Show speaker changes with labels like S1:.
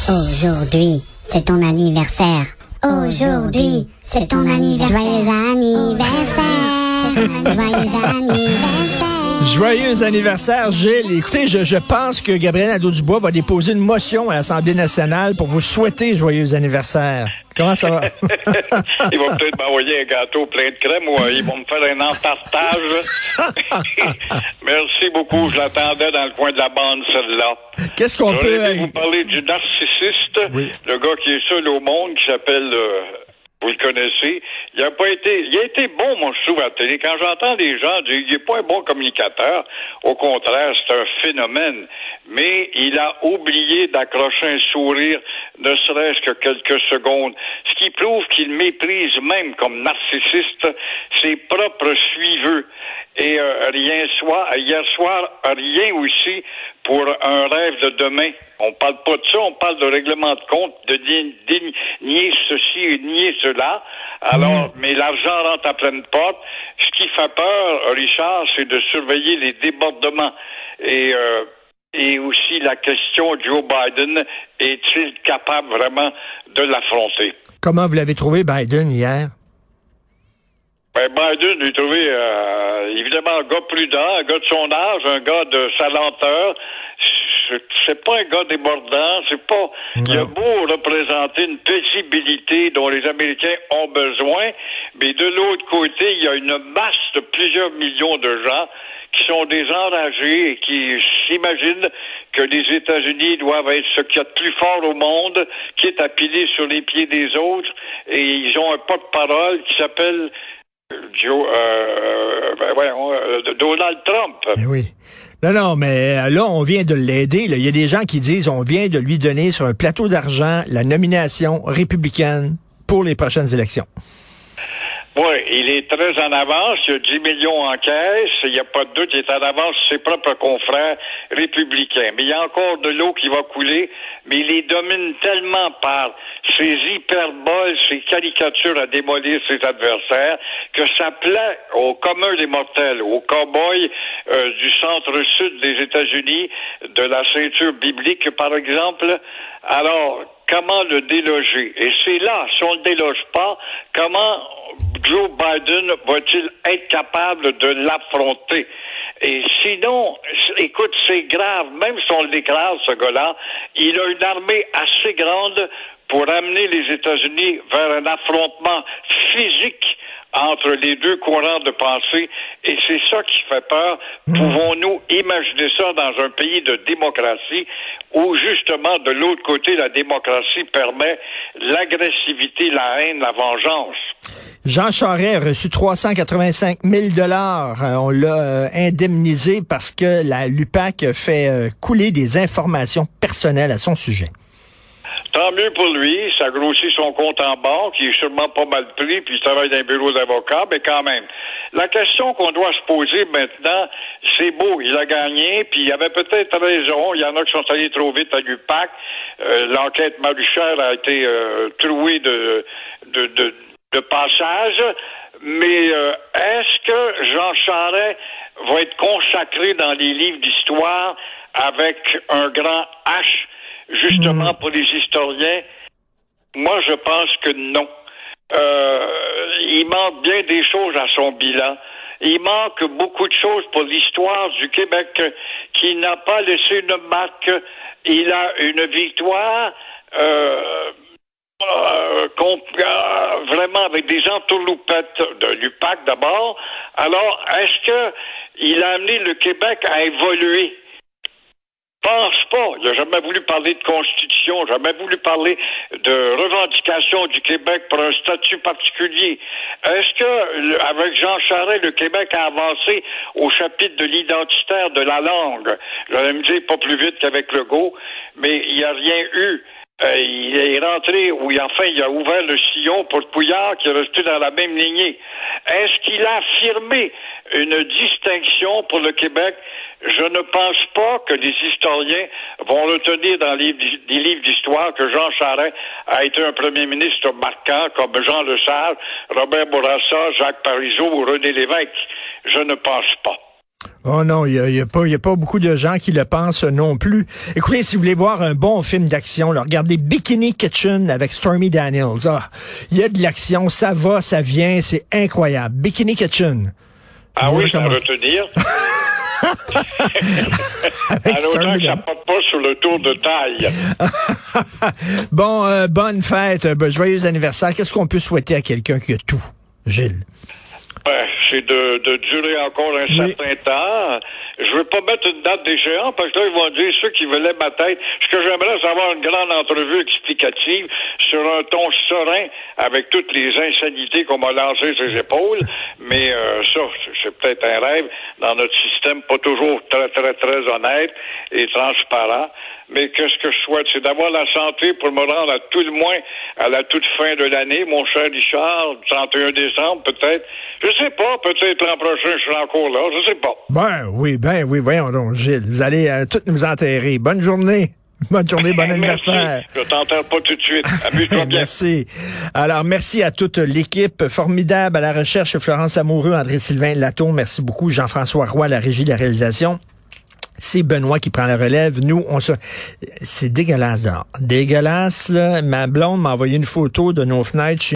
S1: Aujourd'hui, c'est ton anniversaire. Aujourd'hui, c'est ton anniversaire. Joyeux anniversaire. Joyeux anniversaire.
S2: Joyeux anniversaire, Gilles. Écoutez, je pense que Gabriel Nadeau-Dubois va déposer une motion à l'Assemblée nationale pour vous souhaiter joyeux anniversaire. Comment ça va?
S3: Il va peut-être m'envoyer un gâteau plein de crème ou ils vont me faire un empartage. Merci beaucoup. Je l'attendais dans le coin de la bande, celle-là.
S2: Qu'est-ce qu'on peut...
S3: vous parler du narcissiste,
S2: oui.
S3: Le gars qui est seul au monde, qui s'appelle... vous le connaissez. Il a été bon, moi, je trouve, à la télé. Quand j'entends des gens dire qu'il n'est pas un bon communicateur, au contraire, c'est un phénomène. Mais il a oublié d'accrocher un sourire, ne serait-ce que quelques secondes. Ce qui prouve qu'il méprise même, comme narcissiste, ses propres suiveux. Et hier soir, rien aussi pour un rêve de demain. On parle pas de ça, on parle de règlement de compte, de nier ceci et nier cela. Alors, mais l'argent rentre à pleine porte. Ce qui fait peur, Richard, c'est de surveiller les débordements. Et aussi la question, Joe Biden, est-il capable vraiment de l'affronter?
S2: Comment vous l'avez trouvé, Biden, hier?
S3: Biden, j'ai trouvé, évidemment, un gars prudent, un gars de son âge, un gars de sa lenteur. C'est pas un gars débordant, c'est pas... Non. Il a beau représenter une paisibilité dont les Américains ont besoin, mais de l'autre côté, il y a une masse de plusieurs millions de gens qui sont des enragés et qui s'imaginent que les États-Unis doivent être ce qu'il y a de plus fort au monde, qui est à piler sur les pieds des autres, et ils ont un porte-parole qui s'appelle... Donald Trump.
S2: Oui. Non, mais là, on vient de l'aider. Il y a des gens qui disent on vient de lui donner sur un plateau d'argent la nomination républicaine pour les prochaines élections.
S3: Oui, il est très en avance. Il y a 10 millions en caisse. Il n'y a pas de doute, il est en avance sur ses propres confrères républicains. Mais il y a encore de l'eau qui va couler, mais il les domine tellement par ses hyperboles, ses caricatures à démolir ses adversaires, que ça plaît au commun des mortels, aux cow-boys du centre-sud des États-Unis, de la ceinture biblique, par exemple. Alors, comment le déloger? Et c'est là, si on ne le déloge pas, comment Joe Biden va-t-il être capable de l'affronter? Et sinon, écoute, c'est grave, même si on l'écrase, ce gars-là, il a une armée assez grande pour amener les États-Unis vers un affrontement physique entre les deux courants de pensée, et c'est ça qui fait peur. Pouvons-nous imaginer ça dans un pays de démocratie où, justement, de l'autre côté, la démocratie permet l'agressivité, la haine, la vengeance?
S2: Jean Charest a reçu 385 000 $. On l'a indemnisé parce que la l'UPAC fait couler des informations personnelles à son sujet.
S3: Tant mieux pour lui, ça grossit son compte en banque, il est sûrement pas mal pris, puis il travaille dans un bureau d'avocat, mais quand même. La question qu'on doit se poser maintenant, c'est beau, il a gagné, puis il avait peut-être raison, il y en a qui sont allés trop vite à l'UPAC, l'enquête Maruchère a été trouée de passage, mais est-ce que Jean Charest va être consacré dans les livres d'histoire avec un grand H, justement pour les historiens? Moi, je pense que non. Il manque bien des choses à son bilan. Il manque beaucoup de choses pour l'histoire du Québec qui n'a pas laissé une marque. Il a une victoire vraiment avec des entourloupettes de l'UPAC d'abord. Alors, est-ce que il a amené le Québec à évoluer? Pense pas. Il n'a jamais voulu parler de constitution, jamais voulu parler de revendication du Québec pour un statut particulier. Est-ce que, avec Jean Charest, le Québec a avancé au chapitre de l'identitaire de la langue? J'allais me dire pas plus vite qu'avec Legault, mais il n'y a rien eu. Il est rentré, il a ouvert le sillon pour Couillard qui est resté dans la même lignée. Est-ce qu'il a affirmé une distinction pour le Québec? Je ne pense pas que les historiens vont retenir dans les livres d'histoire que Jean Charest a été un premier ministre marquant comme Jean Lesage, Robert Bourassa, Jacques Parizeau ou René Lévesque. Je ne pense pas.
S2: Oh non, il y a pas beaucoup de gens qui le pensent non plus. Écoutez, si vous voulez voir un bon film d'action, là, regardez Bikini Kitchen avec Stormy Daniels. Ah, il y a de l'action, ça va, ça vient, c'est incroyable. Bikini Kitchen.
S3: Ah oui, ça va retenir. À autant que ça porte pas sur le tour de taille.
S2: Bon, bonne fête, joyeux anniversaire. Qu'est-ce qu'on peut souhaiter à quelqu'un qui a tout, Gilles?
S3: C'est de durer encore un certain temps. Je veux pas mettre une date d'échéance parce que là, ils vont dire ceux qui veulent ma tête. Ce que j'aimerais, c'est avoir une grande entrevue explicative sur un ton serein avec toutes les insanités qu'on m'a lancées sur les épaules. Mais ça, c'est peut-être un rêve dans notre système pas toujours très, très, très honnête et transparent. Mais qu'est-ce que je souhaite? C'est d'avoir la santé pour me rendre à tout le moins à la toute fin de l'année. Mon cher Richard, 31 décembre, peut-être. Je sais pas, peut-être l'an prochain, je serai encore là. Je sais pas.
S2: Ben oui, voyons donc, Gilles. Vous allez toutes nous enterrer. Bonne journée. Bonne journée, bon anniversaire.
S3: Je t'enterre pas tout de suite. Amuse-toi bien.
S2: Merci. Alors, merci à toute l'équipe formidable à la recherche. Florence Amoureux, André-Sylvain Latour, merci beaucoup. Jean-François Roy, la régie de la réalisation. C'est Benoît qui prend la relève. Nous, c'est dégueulasse dehors. Dégueulasse, là. Ma blonde m'a envoyé une photo de nos fenêtres chez